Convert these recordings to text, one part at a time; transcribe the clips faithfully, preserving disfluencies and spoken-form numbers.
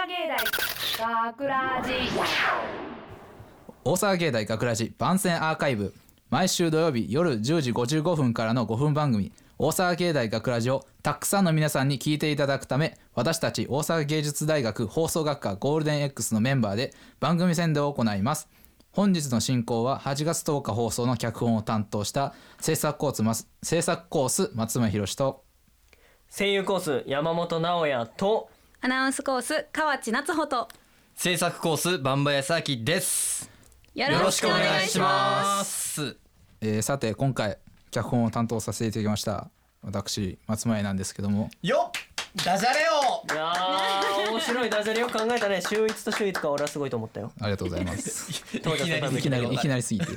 芸大学ラジ大阪芸大学ラジ番宣アーカイブ、毎週土曜日夜じゅうじごじゅうごふんからのごふん番組大阪芸大学ラジをたくさんの皆さんに聞いていただくため、私たち大阪芸術大学放送学科ゴールデン X のメンバーで番組宣伝を行います。本日の進行ははちがつとおか放送の脚本を担当した制作コースます制作コース松村博と声優コース山本直也とアナウンスコース河内夏穂と制作コースバンバヤサキです。 よよろしくお願いします。 えー、さて今回脚本を担当させていただきました私松前なんですけども、 よっダジャレをいやー面白いダジャレを考えたね。秀逸と秀逸か俺はすごいと思ったよ。 ありがとうございますいきなりいきなりいきなりすぎて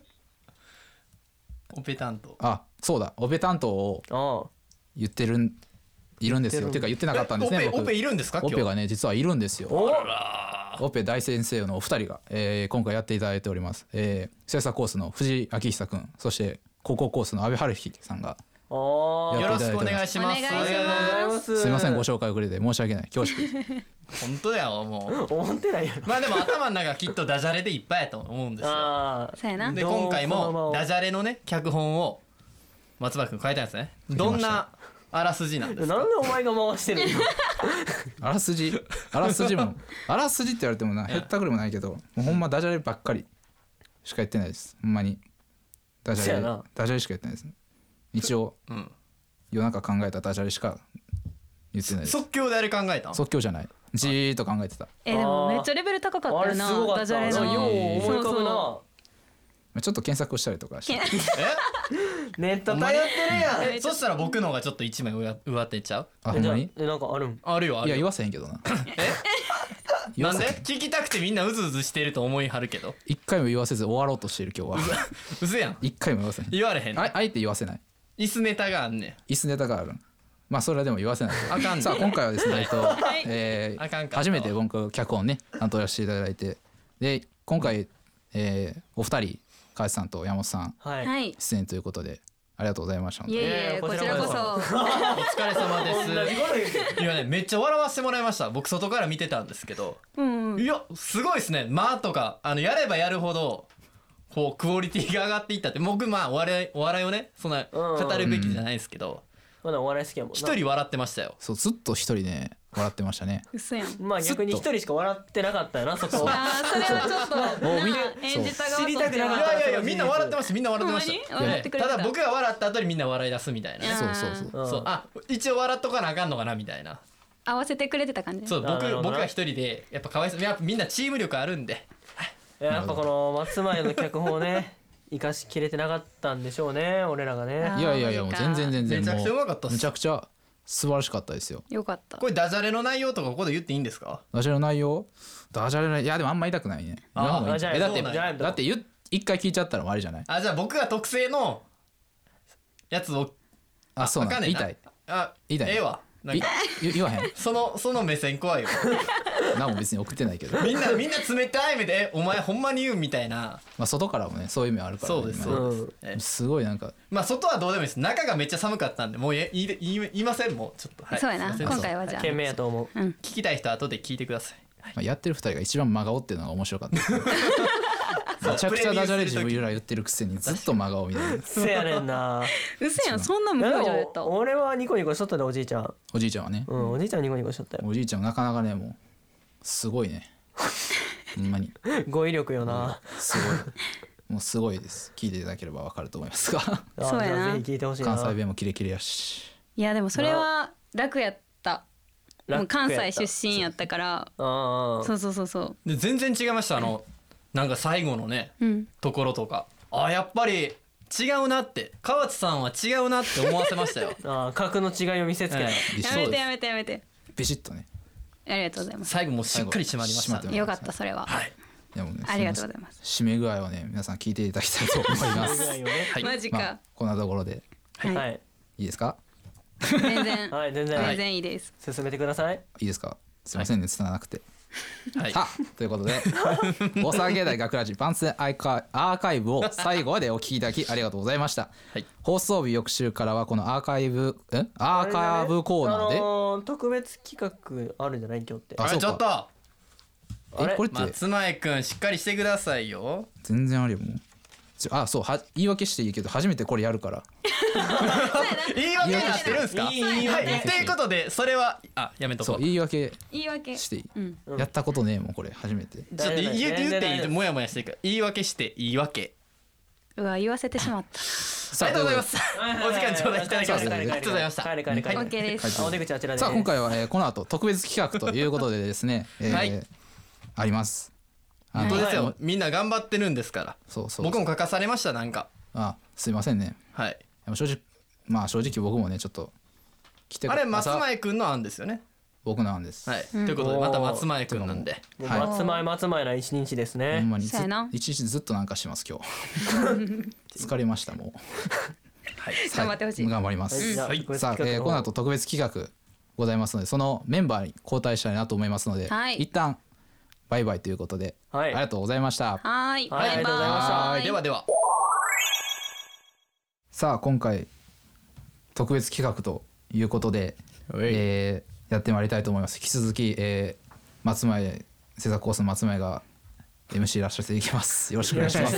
オペ担当あ、そうだ、オペ担当をあ言ってるんいるんですよ。 言ってるていうか言ってなかったんですね。僕オペオペいるんですか今日オペがね実はいるんですよ。 おオペ大先生のお二人が、えー、今回やっていただいております。えー、制作コースの藤井明久くん、そして高校コースの阿部春樹さんがあーやよろしくお願いします。 お願いしますありがとうございますすいませんご紹介遅れて申し訳ない恐縮本当だよもう思ってないやろ。 まあでも頭の中きっとダジャレでいっぱいやと思うんですよ。 あそうやなでどう今回このままもダジャレのね脚本を松原くん書いたんですね。どんなあらすじなんでーなすか。 んでお前が回してるのあらすじあらすじもあらすじって言われてもなへったくれもないけど、もうほんまダジャレばっかりしか言ってないです。ほんまにダジャレそうやなダジャレしか言ってないです。一応うん夜中考えたダジャレしか言ってないです。 即興であれ考えたん。 即興じゃない、じーっと考えてた。 えでもめっちゃレベル高かったあれすよなごかったな。 ダジャレのよう思い浮かぶそうな。 ちょっと検索をしたりとかしてネット頼ってるやん。 えそしたら僕の方がちょっと一枚上上手ちゃう。 えじゃああほんまにえなんかあるん。 あるよあるよ。 いや言わせへんけどな言なんでわせへん聞きたくてみんなうずうずしてると思いはるけど一回も言わせず終わろうとしている今日はうずやん一回も言わせない言われへん。 ああえて言わせない椅子ネタがあんねん。 椅子ネタがある。まあそれはでも言わせないあかんねさあ今回はですね、えっとえーあかんかった初めて僕脚本ね担当させていただいて、で今回、えーお二人河内さんと山本さんはい。 はい出演ということでありがとうございました。 いえいえこちらこそお疲れ様です。 同じこと言うていやねめっちゃ笑わせてもらいました。僕外から見てたんですけど、 うんうんいやすごいですね。まあとかあのやればやるほどこうクオリティが上がっていったって。僕まあお笑いお笑いをねそんな語るべきじゃないですけど、 まだお笑い好きやもんな。 一人笑ってましたよ。 そうずっと一人ね笑ってましたね。 嘘やんまあ逆に一人しか笑ってなかったよなそこは。 あーそれはちょっともうみ演じた側知りたくなかいったやいやいやみんな笑ってました。みんな笑ってましほんまに笑ってくれてたた。ただ僕が笑った後にみんな笑い出すみたいなね。 そうそうそううんそうあ一応笑っとかなあかんのかなみたいな。 合わせてくれてた感じ。 そう僕あなるほどな僕が一人でやっぱかわいそう。やっぱみんなチーム力あるんで。 やっぱこの松前の脚本をね生かしきれてなかったんでしょうね俺らがね。 あいやいやいやもう全然全然めちゃくちゃうもまかったっすむちゃくちゃ素晴らしかったですよ。 よかったこれダジャレの内容とかここで言っていいんですか。 ダジャレの内容ダジャレのいやでもあんま言いたくないね。言わん方がいいんじゃないあえだってじゃあそうなんやだって言っ一回聞いちゃったら終わりじゃない。 あじゃあ僕が特製のやつをあそうなんわかんねえな言いたいあ言いたいええわなんいか言言わへんそのその目線怖いわ何も別に送ってないけどみんなみんな冷たい目でえお前ほんまに言うんみたいな。 まあ外からもねそういう目あるからね、 そうです今そうです、 うんえすごいなんかまあ外はどうでもいいです。中がめっちゃ寒かったんでもう言い言い言いません。もうちょっと、はい、 そうやなすいません今回はじゃあ懸命やと思う。 うん聞きたい人は後で聞いてください。 まあやってる二人が一番真顔っていうのが面白かったですめちゃくちゃダジャレ自分ら言ってるくせにずっと真顔みたいな。 せやねんな。 嘘やんそんな無いやで表情やったも俺はニコニコしとったでおじいちゃん。 おじいちゃんはね、 うんおじいちゃんニコニコしとったよ。 おじいちゃんはなかなかねもうすごいねほんまに語彙力よな。 すごいもうすごいです。聞いていただければわかると思いますがあそうやなじゃあぜひ聞いてほしいな。 関西弁もキレキレやしいやでもそれは楽やったもう関楽やった西出身やったからああそうそうそうそうで全然違いました。あのなんか最後のねうんところとかあやっぱり違うなって河内さんは違うなって思わせましたよああ格の違いを見せつけた。 えビシッとやめてやめてやめてビシッとねありがとうございます最後もうしっかり締まりましたね。 最後締まってよかったそれははいいやもうねありがとうございますその締め具合はね皆さん聞いていただきたいと思いまぐすらいをね。 はいマジまあかこんなところではいはいいいですか全然はい全然全然いいです進めてください。 いいですかすいませんね伝わらなくてはいさあということで大阪芸大学ラジ番宣アーカアーカイブを最後までお聞きいただきありがとうございました、 はい、 放送日翌週からはこのアーカイブえアーカイブコーナーで、 あのー特別企画あるんじゃない今日ってあそうかあれちょっとあれえこれって松前くんしっかりしてくださいよ。 全然あるよもうちょあそうは言い訳していいけど初めてこれやるから言い訳になってるんすか。 いい言いはい訳ということでそれはあやめとこそうう言い訳言い訳していい、 うんやったことねえもんこれ初めてちょっと言って言って言ってもやもやしてるから言い訳して言い訳。 うわ言わせてしまったさありがとうございます。 はいはいはいお時間ちょうだいいただきました。ありがとうございました。 帰れ帰れ帰れはい OK ですあお出口あちらですさあ今回は、えーこの後特別企画ということでですね、えーはいありますあの本当ですよ。みんな頑張ってるんですから。 そうそう僕も書かされましたなんか。 あすいませんねはい。 でも正直まあ正直僕もねちょっと来てあれ松朝前くんの案ですよね。 僕の案です、 はい。ということでまた松前くんなんで。 もうはい松前松前な一日ですほねんまにずそうやな一日ずっとなんかしてます今日疲れましたもうはい。 頑張ってほしい頑張ります、 はいじゃあはい特別さあ、 企画の方えーこの後特別企画ございますのでそのメンバーに交代したいなと思いますので、 はい一旦バイバイということで、 はいありがとうございましたはーいはいありがとうございましたバイバイではでは。 さあ今回特別企画ということで、えーやってまいりたいと思います引き続き、えー松前制作コースの松前が エムシー らさせていきますよろしくお願いします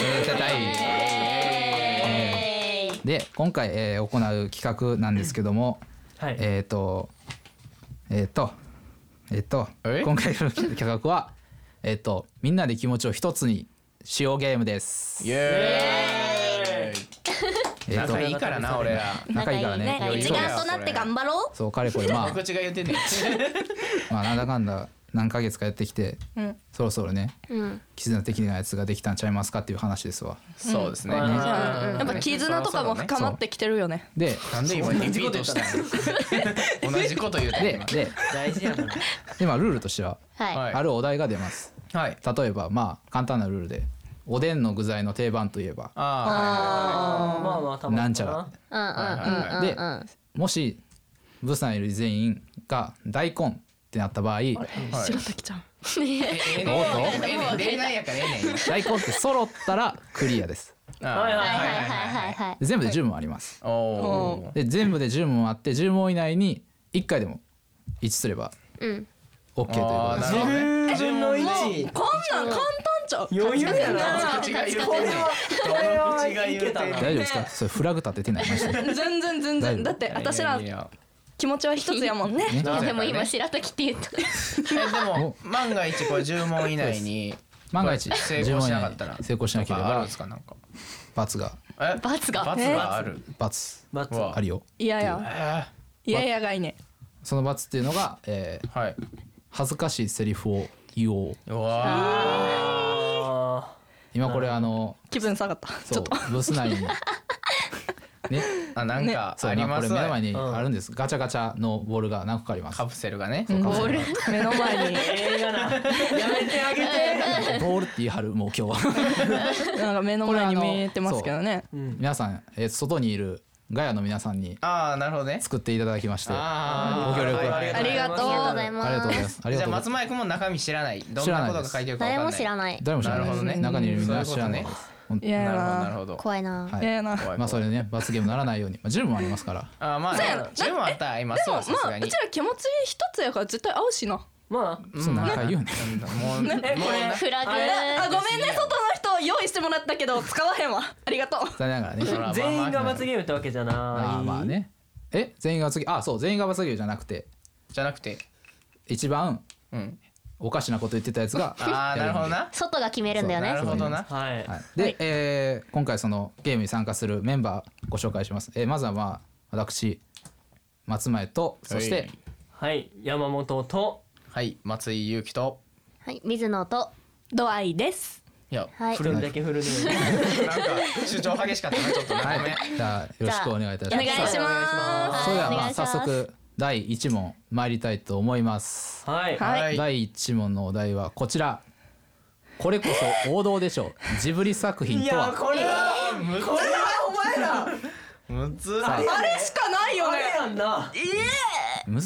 えーで今回、えー行う企画なんですけども、 はいえっ、とえっ、とえっ、と今回の企画はえっ、とみんなで気持ちを一つにしようゲームですイエーイえーと仲いいからな俺ら仲いいからねなんか一丸となって頑張ろそうかれこれまあ口が言ってんねんまあなんだかんだ何ヶ月かやってきて、 うんそろそろねう。うん。 絆的なやつができたんちゃいますかっていう話ですわ。 そうですねうんややっぱ絆とかも深まってきてるよね。 でなんで今リピートしたの同じこと言うてで今で大事やからでまあルールとしてははい。 はいあるお題が出ます。 はい例えばまあ簡単なルールでおでんの具材の定番といえばああーまあまあ多分なんちゃらうんうんうんでうんうん。 もしブスさんいる全員が大根ってなった場合大白滝ちゃん。 ーはいはいええねんええねん例題やからええねん今根って揃ったらクリアです。 あーはいはいはいはいはいはい。 で全部でじゅう問あります。 おおで全部でじゅう問あってじゅう問以内にいっかいでも一致すればうん。 OK ということですあーなる。ほどね自分の位置こんなん簡単ちゃう。 余裕やな口が言うてんねんどの口が言うてんねん大丈夫ですかそれフラグ立ててないマジで全然全然。だって私らいやいや気持ちは一つやもんね。 ねいやでも今白滝って言った。 えでも万が一これじゅう問以内に万が一成功しなかったら成功しなければなんかあるんですかなんか罰がえ罰が罰がある罰罰うわあるよ。 いややえいややがいね。 その罰っていうのが、えーーはい恥ずかしいセリフを言おう。 うわあ今これあの気分下がった。ちそうょっと。 ブス内にねーあなんかそうありますこれ目の前ねにあるんです。ガチャガチャのボールが何個かあります。 カプセルがねボール目の前にーええがなやめてあげてボールって言い張るもう今日は。 なんか目の前に見えてますけどね。 皆さん、えー外にいるガヤの皆さんにああなるほどね作っていただきまして、 あご協力はいありがとうありがとうございます。 ありがとうございます。ありじゃあがとうございます。 松前君も中身知らないどんなことが書いてるかわか誰んないも知らない。 誰も知らないです。 なるほどね中にいるみんな知らないそういうです。ほんいややなるほどなるな。 ほど怖いな。 はいいややな。 怖いまあそれでね罰ゲームならないように、まあ、じゅう問ありますから。 あーまあそうやな十分あったら今そうはさすまあがにうちら気持ち一つやから絶対合うしな。 まそう何回言うねん。 もうもうえこれフラグ。 あごめんね外の人用意してもらったけど使わへんわ。ありがとう。 残念ながらね。 そらあ全員が罰ゲームってわけじゃないあーまあね。え全員が罰ゲームあそう全員が罰ゲームじゃなくてじゃなくて一番うんおかしなこと言ってたやつがああなるほどな外が決めるんだよなるね。 ほどなはいはい、で、えー今回そのゲームに参加するメンバーご紹介します、えーまずはまあ私松前とそしてはい山本とはい松井裕樹とはい水野と。 ドアイです。 いやはい。 振るんだけ振るねなんか主張激しかったなちょっとなごめんじゃあよろしくお願いいたしますお願いします。 それではまあお願いします早速だいいち問参りたいと思います、 はいはいはいだいいち問のお題はこちらこれこそ王道でしょうジブリ作品とはこれはむずこれはお前らむずあれしかないよね。 あれやんなむずない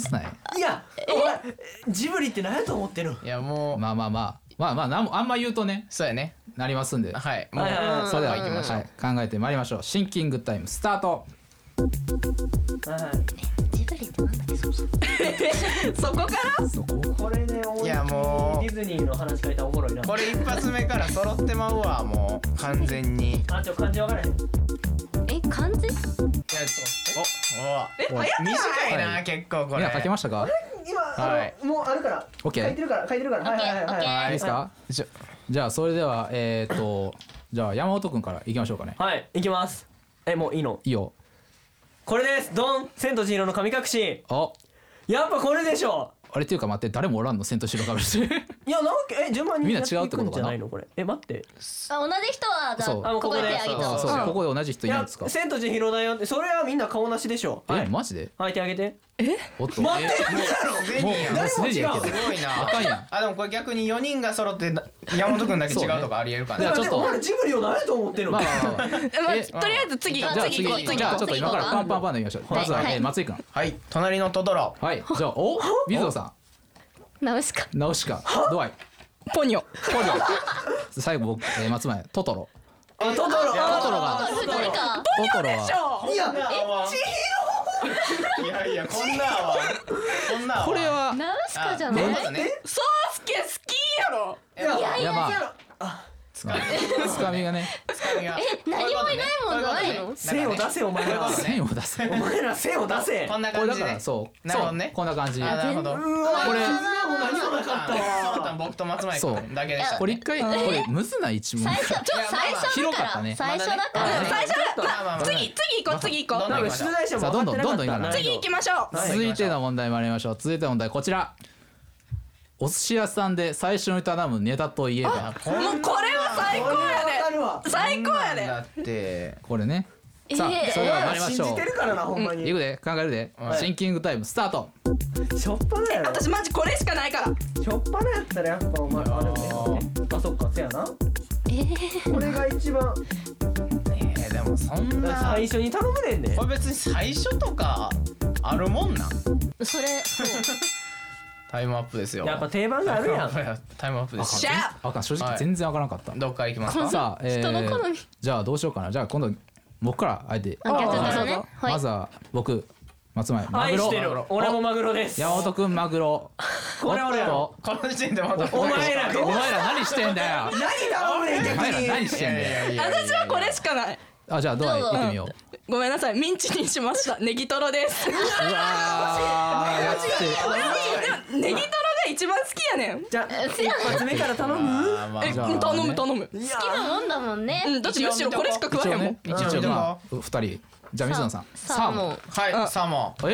いやお前ジブリって何やと思ってるん？ いやもうまあまあまあまあまあなんもあんま言うとねそうやねなりますんで、 はいもうはいはいはいそれでは行きましょうはい、考えてまいりましょう。シンキングタイムスタート。 ジブリってなんだっけそもそもそこからそここれねいやもうディズニーの話書いたらおもろいな。 これ一発目から揃ってまうわもう完全にいやあちょ漢字分からへん。 え漢字おお短いな、 はい結構これみんな書けましたか？ 今はいあのもうあるからオッケー書いてるから書いてるからはいはいはいはいはいいいですか？ ちょじゃあそれではえー、っとじゃあ山本くんからいきましょうかね。 はい行きます。えもういいの？ いいよ。 これです。ドン千と千尋の神隠し。 あやっぱこれでしょ。 あれっていうか待って誰もおらんの千と千尋かぶしていやなんかえ順番にみんな違うってことかなやいくんじゃないのこれ？え待って。 あ同じ人はじゃそうあここで手挙げたあそううんここで同じ人いやいないんですか？ 千と千尋だよってそれはみんな顔なしでしょ。はいえマジで？ はい手挙げて。 おっと待ってもう全員やもうすでにやけどすごいなあかんやん。 あでもこれ逆によにんが揃って山本くんだけ違うとかありえるかなじゃあちょっとお前らジブリを何やと思ってるの？ まあまあまあまあえまあえとりあえず次じゃあ次次行こう次じゃあちょっと次行こう今からパンパンパンでいきましょう。まずははいえー松井くん。 はい隣のトトロはいじゃあお水野さナウシカんナウシカドアイポニョ最後僕えー松前トトロあトトロ。 トトロがふたりかトトロはいやいやいやこんなわこんなわこれはナウシカじゃないあまずねソースケ好きやろいやいいやまやあつかみがねえ何もいないもんじゃないの線を出せお前ら。 線を出せお前ら線を出せ。 こんなこれだから感じでそうなるほどねそうこんな感じあなるほどこれも何もなかったわ。 そうだ僕と松前君だけでしたこれ一回これむずない一問最初ちょ最初だから広かったね最初だかまだねら最初だまあまあまあ次次行こう次行こうどんどん出題者もさあどんどん分かってなかったどんどんいかない次行きましょうはい続いての問題参りましょう。続いての問題こちら。お寿司屋さんで最初に頼むネタといえばもうこれは最高やわかでるわ。 最高やでだってこれね。さあえーそれでは参りましょう信じて。るからなほんまに。 いくで考えるではいシンキングタイムスタート。 しょっぱなやろ。 私マジこれしかないからしょっぱなやったらやっぱお前あでもね。あそっかせやな。これが一番えーでもそんな最初に頼むねんねこ。れ別に最初とかあるもんなんそれそうタイムアップですよやっぱ定番があるやん。 タイムアップですしゃあかん正直全然わからんかった。 どっから行きますかさあえ人の好みーじゃあどうしようかな。じゃあ今度僕からあえて。 あ逆だねはいまずは僕松前マ愛グロしてる。俺もマグロです。 山本くんマグロ。 これ俺やろおっこの時点でまだお前らどうとお前ら何してんだよ。 何頼むねんお前ら逆に。 何してんだよ。 私はこれしかないあじゃあドア行ってみよう。 ごめんなさいミンチにしましたネギトロですうわーやってでもネギトロが一番好きやねんじゃあ一発目から頼む。 まあまあえじゃあね頼む頼むいや好きなもんだもんねうんだってむしろこれしか食わへんもん一応ね一応まあ二人じゃあ水野さんサーモンはいサーモンえ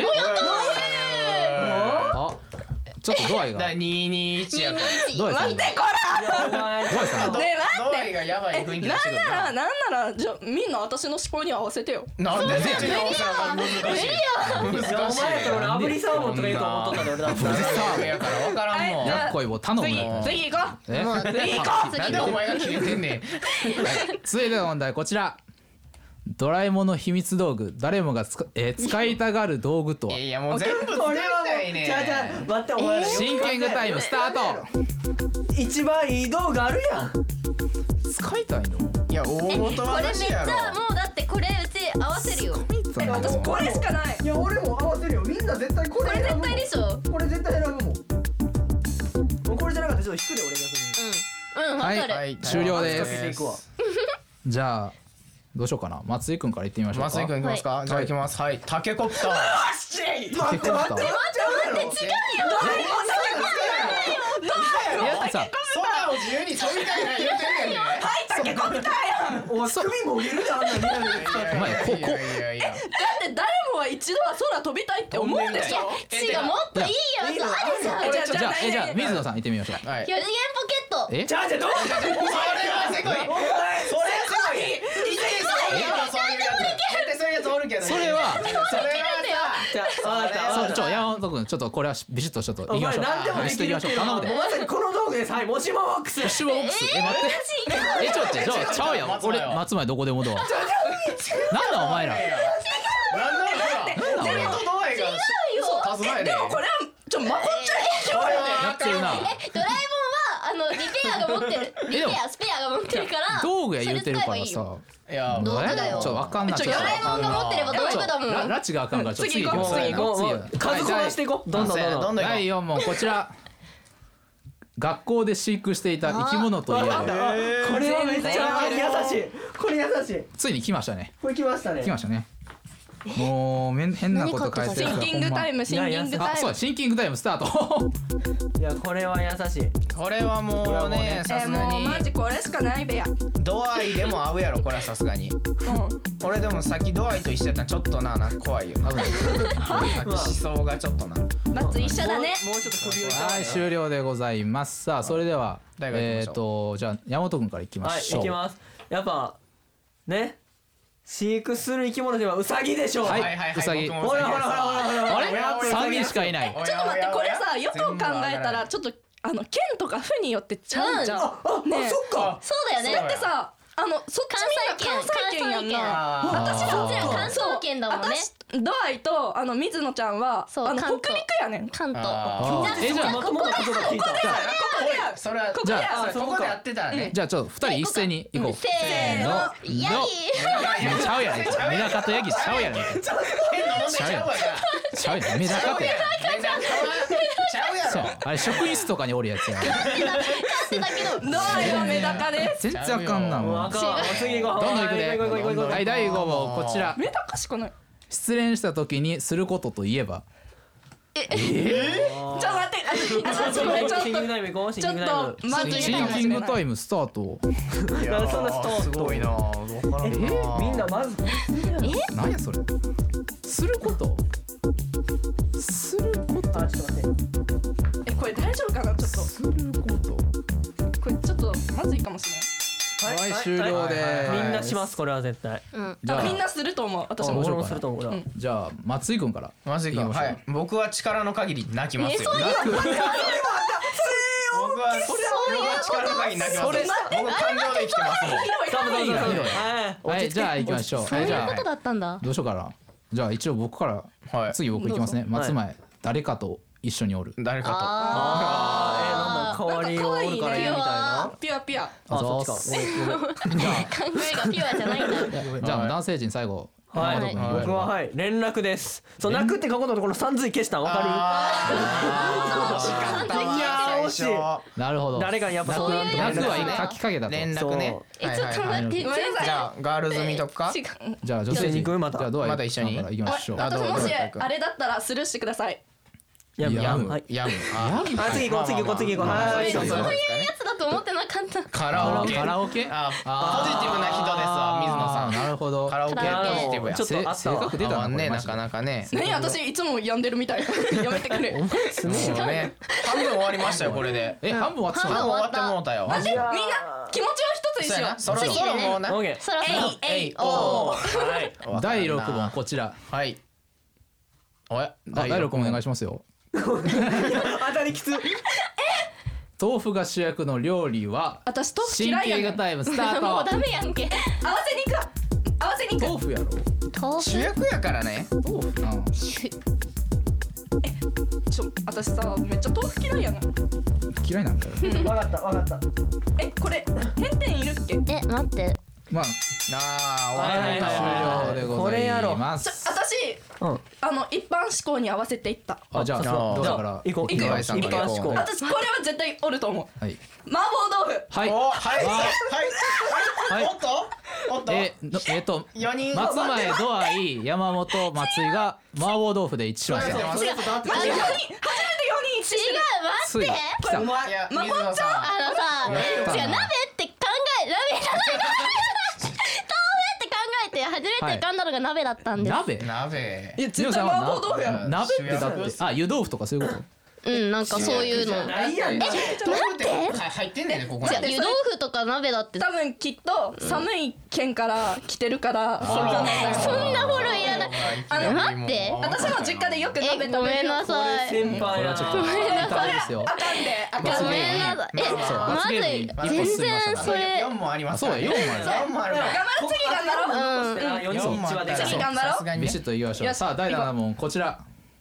あちょっとドアイがだににいちやからドアイさん待ってこお前ドアイさんらねえ待ドアイがやばい雰囲気出ってしてくるなんならなんならじゃあみんな私の思考に合わせてよなんで全然難しいいやお前やったら俺炙りサーモンとか言うと思っとったで俺だったら。 サーモンやから分からんもんはいやっこいも頼む次ね次行こうえもう次行こうなんでお前が決めてんねん続いての問題こちらドラえもんの秘密道具誰もがつか、えー使いたがる道具とはいやいやもう全部使いこれはたいねもうじゃあじゃあ待ってお前ら。 シンキングタイムスタート一番いい道具あるやん。 使いたいのいや大元これめっちゃ話やろもうだってこれうち合わせるよ使いたいの私これしかないいや俺も合わせるよ。みんな絶対ここれ絶れ選ぶもん。 対でしょこれ絶対選ぶもん。もうこれじゃなかったらちょっと引くで俺逆に。 うんうんわかるはい終了でかけていすくわ。 じゃあどうしようかな松井くんから言ってみましょうか松井くんいきますかじゃあいきますはいタケコプター待って待って待って待って違ういやさ空を自由に飛びたいな言うてんねんねお前首もげるであんなになるお前こうこういやいやいやだって誰もは一度は空飛びたいって思うでしょ違うもっといいやつあるじゃんじゃあじゃあえじゃあ水野さん行ってみましょうはい四次元ポケットえじゃあじゃあどうそれはせこいそれはせこいいやそういうやつ絶対そういうやつおるけどそれはそれはじゃあわかったわかったそうちょ山本くんちょっとこれはビシッとちょっとお前行きましょう何でもでビシッと行きましょうきるっていうの頼むではもうまさにこの道具ですはいもしもボックスプッシュボックスえ待ってえちょっとちょちょちゃうやん松前は俺松前どこでもドアなんだお前らなんだろうな俺とドアイが嘘足す前ででもこれはちょまこっちゃんやってるな。 えドラえもんはあのリペアが持ってるリペアスペアが持ってるから道具や言うてるからそれ使えばいいよさ。 いや道具だよちょっとわかんない。 ちょドラえもんが持ってれば道具だもんララチがあかんからちょっと次行こう。 次行こう次行こう数こなしていこうどんどんどんどんどんどんだいよん問こちら。学校で飼育していた生き物といえば。 これはめっちゃ優しいこれ優しいついに来ましたね。 これ来ましたね来ましたね。もうめん変なこと書いてるからシンキングタイムシンキングあ、そうだタイムシンキングタイムスタート。 いやこれは優しいこれはもうねさえすがにもうマジこれしかないべやドアイでも合うやろこれはさすがに。俺でもさっきドアイと一緒やったらちょっとななんか怖いよ。危ない。さっき思想がちょっとな。 バツ一緒だねもうもうちょっと首をはい終了でございます。さあそれでは誰が行きましょうえっとじゃあ山本君からいきまはいしょう。 行きますやっぱね飼育する生き物ではウサギでしょうはいはいはいはいウサギ僕もほらほらほらほらほらあれ三人しかいない。 ちょっと待ってこれさよく考えたらちょっとあの剣とか負によってちゃうんじゃん、ねえそっかそうだよねだってさあのそっちみんな関西圏やんな私そっちらは関東圏だもんね。 私ドアイとあの水野ちゃんはあのそう関東北陸やねん関東あーえじゃあもともと言葉聞いたそれはじゃあそこでやってたらね。 じゃあちょっと二人一斉に行こう。 せーのヤギのちゃうやねん。メダカとヤギちゃうやねん。 変なもんでちゃうわな。 ちゃうやねん。メダカって。 ちゃうやそうろ。 あれ職員室とかにおるやつや。 勝ってたけどドアイはメダカです全然あかんなもん。 もうあかんもう次行こうどんどん行くで。 行こう行こう行こう行こうはいだいご問こちら。 メダカしかない失恋した時にすることといえば。 ちょっと待ってあ私これちょっシンキングタイム行こうシンとちょっキングタイムとまずいシンキングタイムスタート。 いやそんなストーンすごいな。わからんな。 みんなまずなんやそれ。すること。すること。 あちょっと待ってえこれ大丈夫かなちょっすること。 とこれちょっとまずいかもしれないはい終了でみんなしますこれは絶対じゃあみんなすると思う私もあ面白い俺もすると思う俺はじゃあ松井君から。 まずいか。 行きましょうはい。僕は力の限り泣きますよ。 そういう僕は僕は力の限り泣きます。僕感情で生きてますもん。 多分多分多分ひどいはいはいじゃあ行きましょう。 そうはいじゃあいうことだったんだ。 どうしようかな。じゃあ一応僕からはい。 次僕行きますね。 どうぞ松前誰かと一緒におる。 誰かあーえーなんだ代わりをおるからいいみたいなピュアピュアあそっちかごめんごめん考えがピュアじゃないんだ。 じゃあ男性陣最後。 はい山本君僕ははい連絡ですそう泣くって書くのところさんずい消したんわかあーいやー惜しいなるほど。 誰かにやっぱそういう泣くは書きかけたと。 連絡ね。 えちょっと待って。 ごめんなさいじゃあガールズミとか。 違う。 じゃあ女性陣一緒に行くまたじゃあドアまた一緒にから行きましょう。 あどうぞ私もしどうぞあれだったらスルーしてくださいやむやむはいやむ。ああ次行こう次行こう次行こうはいそういうややつだと思ってなかった。 カラオケ。 カラオケ。 あポジティブな人ですわ水野さあーん。 なるほど。 カラオケポジティブや。 ちょっとあった性わ格出たなあねなこれマジでかなかね。 何私いつも病んでるみたいやめてくれもうね半分終わりましたよこれで。 え半分終わってし半まう。 分終わってもうたよ。 みんな気持ちを一つにしようそろそろもうな。 オーケーそろそろ。 えいおはいだいろく問こちら。 はい。おやだいろく問お願いししますよ。 当たりきつ豆腐が主役の料理は私豆腐シンキング嫌いやねんタイムスタート。 もうダメやんけ。 合わせに行く合わせに行く豆腐やろ。 豆腐。 主役やからね。 豆腐。うんちょ私さめっちゃ豆腐嫌いやねん嫌いなんだよ。 わかったわかったえこれ点々いるっけえ待って。 まあああはいはいはい終了でごこれやろざいまちょす。 私うんあの一般思考に合わせていったあじゃあそうどうじゃあだから行こう行くよ一般思考私これは絶対おると思うはい麻婆豆腐はいおはいははいいおっとおっとえのえっと四人松前ドアイ山本松井が麻婆豆腐で一致しました。 待って待って待ってマジよに初めてよに一致してるつい来た。 いや水野さんあのさ、違う鍋って考え鍋じゃない。豆腐って考えて初めて浮かんだのが鍋だったんです。 鍋。 鍋いや絶対麻婆豆腐やろ鍋ってだってあ湯豆腐とかそういうこと。 うんなんかそういうの。 ないやん豆腐って入ってんねんねここにじゃあ湯豆腐とか鍋だって多分きっと寒い県から来てるからそうじゃないそんなフォローいらない。 あの待って私も実家でよく鍋食べるえごめんなさい。 先輩やこれはちょっとなダメですよ。 あかんであかんごでめんなさい。えそうまずい罰ゲーム全然それ四問ありますそうだ四問ある四問ある頑張ろう次頑張ろううんよにん一致はできた次頑張ろうさすがにねビシッと言いましょう。 よしさあだいなな問こちら。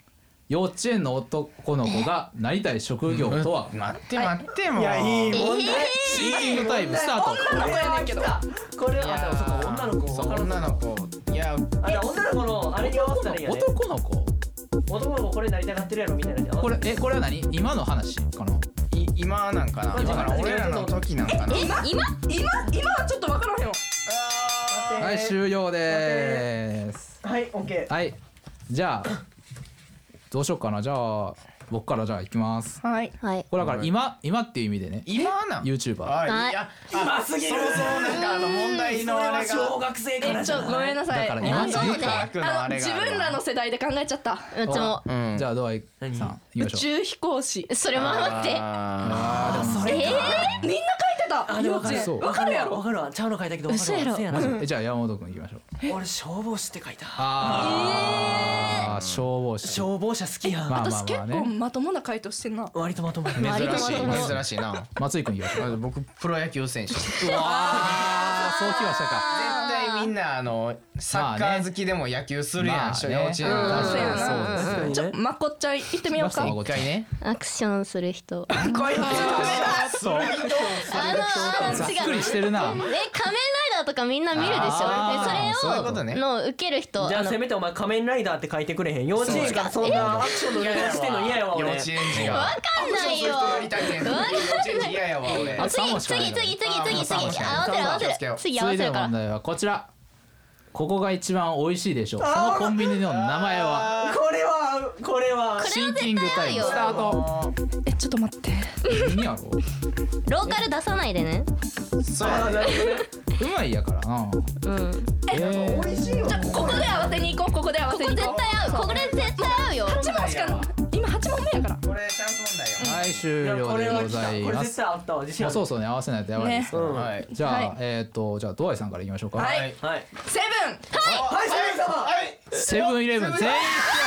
幼稚園の男の子がなりたい職業とは。 待って待ってもういやいい問題。 シンキングタイムスタート。 女の子やねんけどこれはあでもそっか女の子そう女の子いやあじゃあ女の子のあれに合わせたらいいよね。 男の子。 男の子これなりたがってるやろみたいな。 これえこれは何？今の話かな。 い今なんかなだから俺らの時なんかな今今今今はちょっと分からんよはい終了でーす。 はいオッケー。 はいじゃあどうしようかな。じゃあ僕からじゃあ行きます。 はいはいこれだから今今っていう意味でね。 今なん YouTuber。 あはいいや今すぎる。 そうそうなんかあの問題のあれが小学生からえちょごめんなさいだから今あそうね科学のああの自れがあるわ分らの世代で考えちゃったうちもうんじゃあドアイさん行き宇ましょう。 宙飛行士それも待ってあーそれえーみんな書いてたあでも分かるそうわかるやろ分かるわちゃうの書いたけど分かるわ嘘やろせやなマジえじゃあ山本君行きましょう。 俺消防士って書いたああ消防士。 消防車好きやんまあま私結構あまあね。 まともな回答してんな割とまともや割と珍しいまとも珍しいな松井君行きましょう。 僕プロ野球選手絶うわあそうきましたか。 対みんなあのサッカー好きでも野球するやんまあね幼稚園のまあね時そうやなそうですよちょまこっちゃん行ってみようか一回ねアクションする人こいつダメだそうあのあのざっく違うりしてるな。 え仮面ライダーとかみんな見るでしょあーでそれをそういうことねの受ける人じゃあのせめてお前仮面ライダーって書いてくれへん幼稚園からそんなアクションの裏側してんの嫌やわ俺幼稚園児がわかんないよアクションする人やりたいねん幼稚園児嫌やわ俺あ三問次しかない次次次次次あもう三問しかない合わせる合わせ気をつけようる次合わ続いてのせるから問題はこちら。ここが一番美味しいでしょう。そのコンビニの名前は。 これはこれはシンキングタイムスタート。 えちょっと待って何やろローカル出さないでねそうやねうまいやからな。 うんえーじゃあここで合わせに行こうここで合わここ絶せに行こう対合うこれ絶対合うよはち問しか今はち問目やからこれチャンス問題よはい終了でございこれます。 絶対あったわ自信あるもうそうそうね合わせないとやばいですから。 うんはいじゃあ、 はいえっ、とじゃあドアイさんからいきましょうか。 はいはいはいセブンはいセブン様はいセブンイレブン全員一致で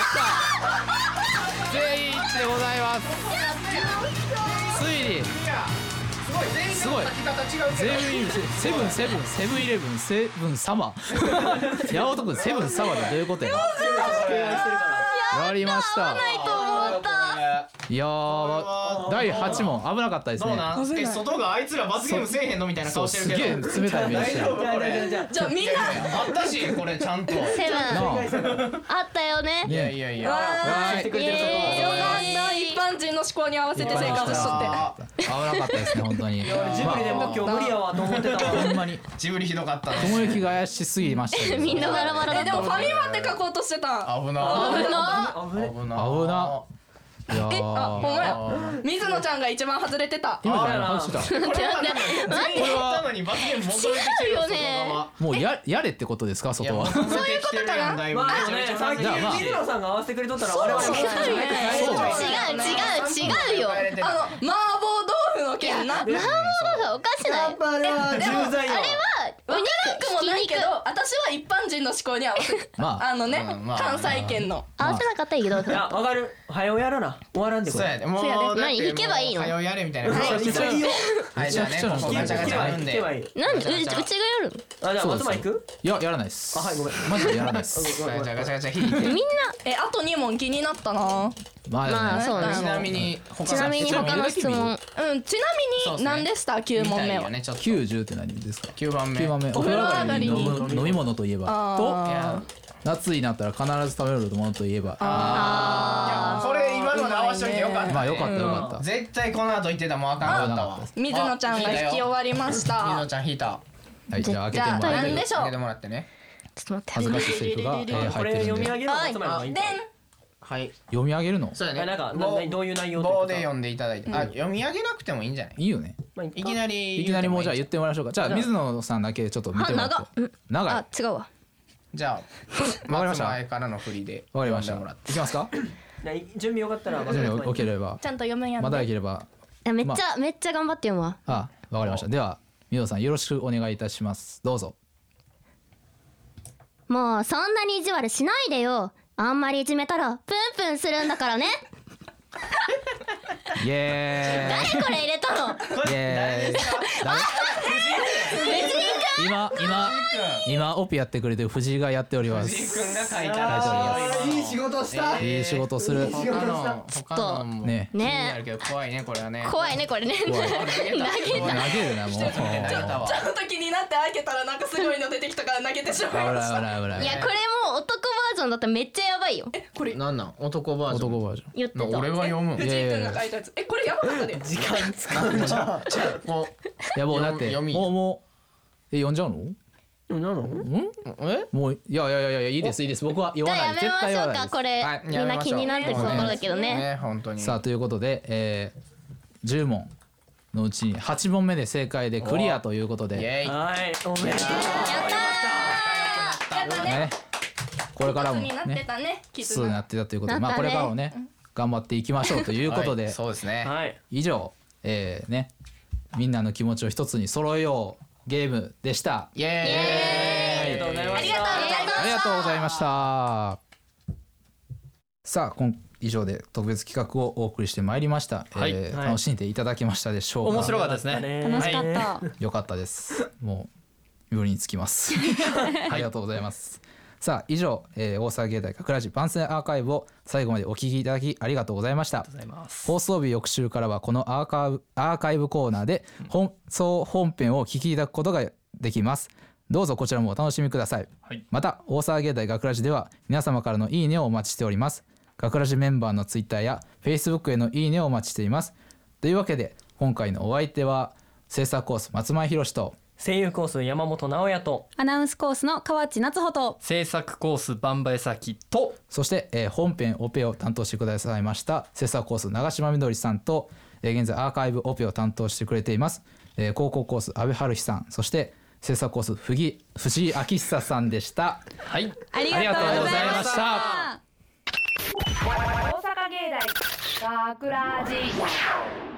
した。全員一致でございます。推理すごい全員すごい書き方違うけど全員セブンセブンセブンイレブンセブンサマー山本君セブンサマーってどういうことややりましたないと思ったいやーだいはち問危なかったですねどうなんえ外があいつら罰ゲームせえへんのみたいなそう顔してるすげえけど冷たい目してるじゃあじゃあじゃあじゃあみんなあったしこれちゃんとセブンなあったよねいやいやいやあしてくれてるとこイエーイよかった一般人の思考に合わせて生活しとってあ危なかったですね本当にジブリでも今日無理やわと思ってたわほんまにジブリひどかったね雲行きが怪しすぎましたけどみんなバラバラだえでもフったもんァミマって書こうとしてた危な危な危ね危な危ないやえあほんーまや水野ちゃんが一番外れてた今から話した待って待ってこれはのに罰ゲーム求めてきてる違うよね外側もうややれってことですか外はそういうことかなだいぶまあめちゃめちゃさっきじゃあまあ水野さんが合わせてくれとったら我々も違うよそう違う違う違うよあの麻婆豆腐の件な麻婆豆腐おかしないあれは重罪よお肉くもないけど私は一般人の思考に合わせてまああのねうんまあ関西圏の合わせなかったらいいけどいやわかる早うやらな終わらんでこれそうやでもうそうやでだって何引けばいいのもう早うやれみたいなはい一応いいよはいじゃあねここガチャガチャあるんで引けばいいなんでううちがやるあじゃあそうです松間行くいややらないですあはいごめんマジでやらないですはいじゃあガチャガチャ引いてのみんえあとに問気になったなまあでもねまあそうねちなみに他ちなみに他の質問うんちなみに何でしたきゅう問目はねちょっときゅうじゅうって何ですかきゅうばんめきゅうばんめお風呂上がりに飲む飲み物といえばあと夏になったら必ず食べるものといえばあこれ今ので合わしといてよかったまあよかったよかった絶対この後言ってたらもうあかんかったわー水野ちゃんが引き終わりまし水た野ちゃん引いたはいじゃあ開けじゃあてもらって何でしょう開けてもらってねちょっと待って恥ずかしいセリフがえーこれ入ってるんで読み上げるのはい松間の方がいいでんはい読み上げるのそうやねあなんかな棒どういう内容というか棒で読んでいただいてあ読み上げなくてもいいんじゃないいいよねまあいきなりいきなりもうじゃあ言ってもらいましょうかじゃあ水野さんだけちょっと見てもらっては長っ長いあ違うわじゃあわかりました松前からの振りでわかりました読んでもらっていきますかじゃあ準備よかったら準備 OK ればちゃんと読むんやんまだでいければいやめっちゃめっちゃ頑張って読むわあわかりましたでは水野さんよろしくお願いいたしますどうぞもうそんなに意地悪しないでよあんまりいじめたらプンプンするんだからねイエ誰これ入れたのーイイエーイ誰藤井くん今今今オピやってくれてる藤井がやっております。 藤井くんが書いた書いております。 いい仕事したいい仕事する。 他の他のもね気になるけど怖いねこれはね。 怖いねこれね怖い投げ投げるなもう。 ちょっと気になって開けたらなんかすごいの出てきたから投げてしまい危ました。 ない危ない危ない。 いやこれもう男バージョンだったらめっちゃやばいよ。 これなんなん男バージョン。 男バージョン。 言ってた。 俺が読むん。 藤井くんが書いたやつ。えこれやばかったで。 時間使うじゃあこいやもうだって読みもうもうえ読んじゃうの？ なのうえもういやいやいやいやいいですいいです僕は読じゃまないあやめましょう絶対読まないです。 かこれ、 はいみんな気になってるところだけどね。 ね本当に。 さあということで、えー、じゅう問のうちにはち問目で正解でクリアということで、 イエイ。 はいおめでとうやったね。 ね、これからもになってねたね。 普通になってたということで、まあなったねこれからもね頑張っていきましょうということで、 はいそうですね。 はい以上、えー、ねみんなの気持ちを一つに揃えようゲームでした。 イエーイ。 ありがとうございましたありがとうございました。さあ今以上で特別企画をお送りしてまいりました、 はいえーはい楽しんでいただけましたでしょうか。 面白かったですね。 楽しかった、 はいよかったですもうよりにつきますありがとうございます。さあ以上、えー、大阪芸大学ラジ番宣アーカイブを最後までお聞きいただきありがとうございました。放送日翌週からはこのアーカイブアーカイブコーナーで本総本編をお聞きいただくことができます。どうぞこちらもお楽しみください、 はい、 また大阪芸大学ラジでは皆様からのいいねをお待ちしております。学ラジメンバーのツイッターやフェイスブックへのいいねをお待ちしています。というわけで今回のお相手は制作コース松前博と声優コース山本直也とアナウンスコースの河内夏穂と制作コースバンバエサキとそして、えー本編オペを担当してくださいました制作コース長島みどりさんと、えー現在アーカイブオペを担当してくれています、えー高校コース阿部春日さんそして制作コース藤井藤井明久さんでした。 はいありがとうございました大阪芸大学ラジ